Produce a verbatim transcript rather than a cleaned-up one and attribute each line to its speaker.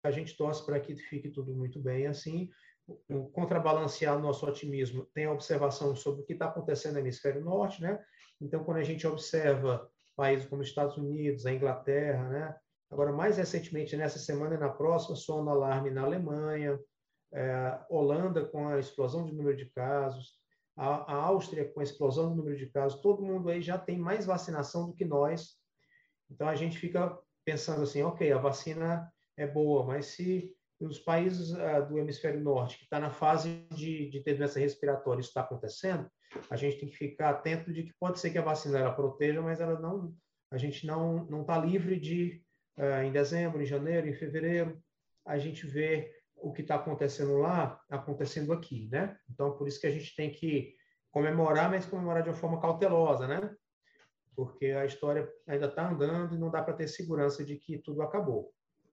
Speaker 1: a gente torce para que fique tudo muito bem assim. O contrabalancear nosso otimismo tem a observação sobre o que está acontecendo no hemisfério norte, né? Então, quando a gente observa países como Estados Unidos, a Inglaterra, né? Agora, mais recentemente, nessa semana e na próxima, soa um alarme na Alemanha, é, Holanda com a explosão do número de casos, a, a Áustria com a explosão do número de casos, todo mundo aí já tem mais vacinação do que nós. Então, a gente fica pensando assim, ok, a vacina é boa, mas se os países uh, do hemisfério norte, que está na fase de, de ter doença respiratória, isso está acontecendo, a gente tem que ficar atento de que pode ser que a vacina ela proteja, mas ela não, a gente não não está livre de, uh, em dezembro, em janeiro, em fevereiro, a gente vê o que está acontecendo lá, acontecendo aqui, né? Então, por isso que a gente tem que comemorar, mas comemorar de uma forma cautelosa, né? Porque a história ainda está andando e não dá para ter segurança de que tudo acabou.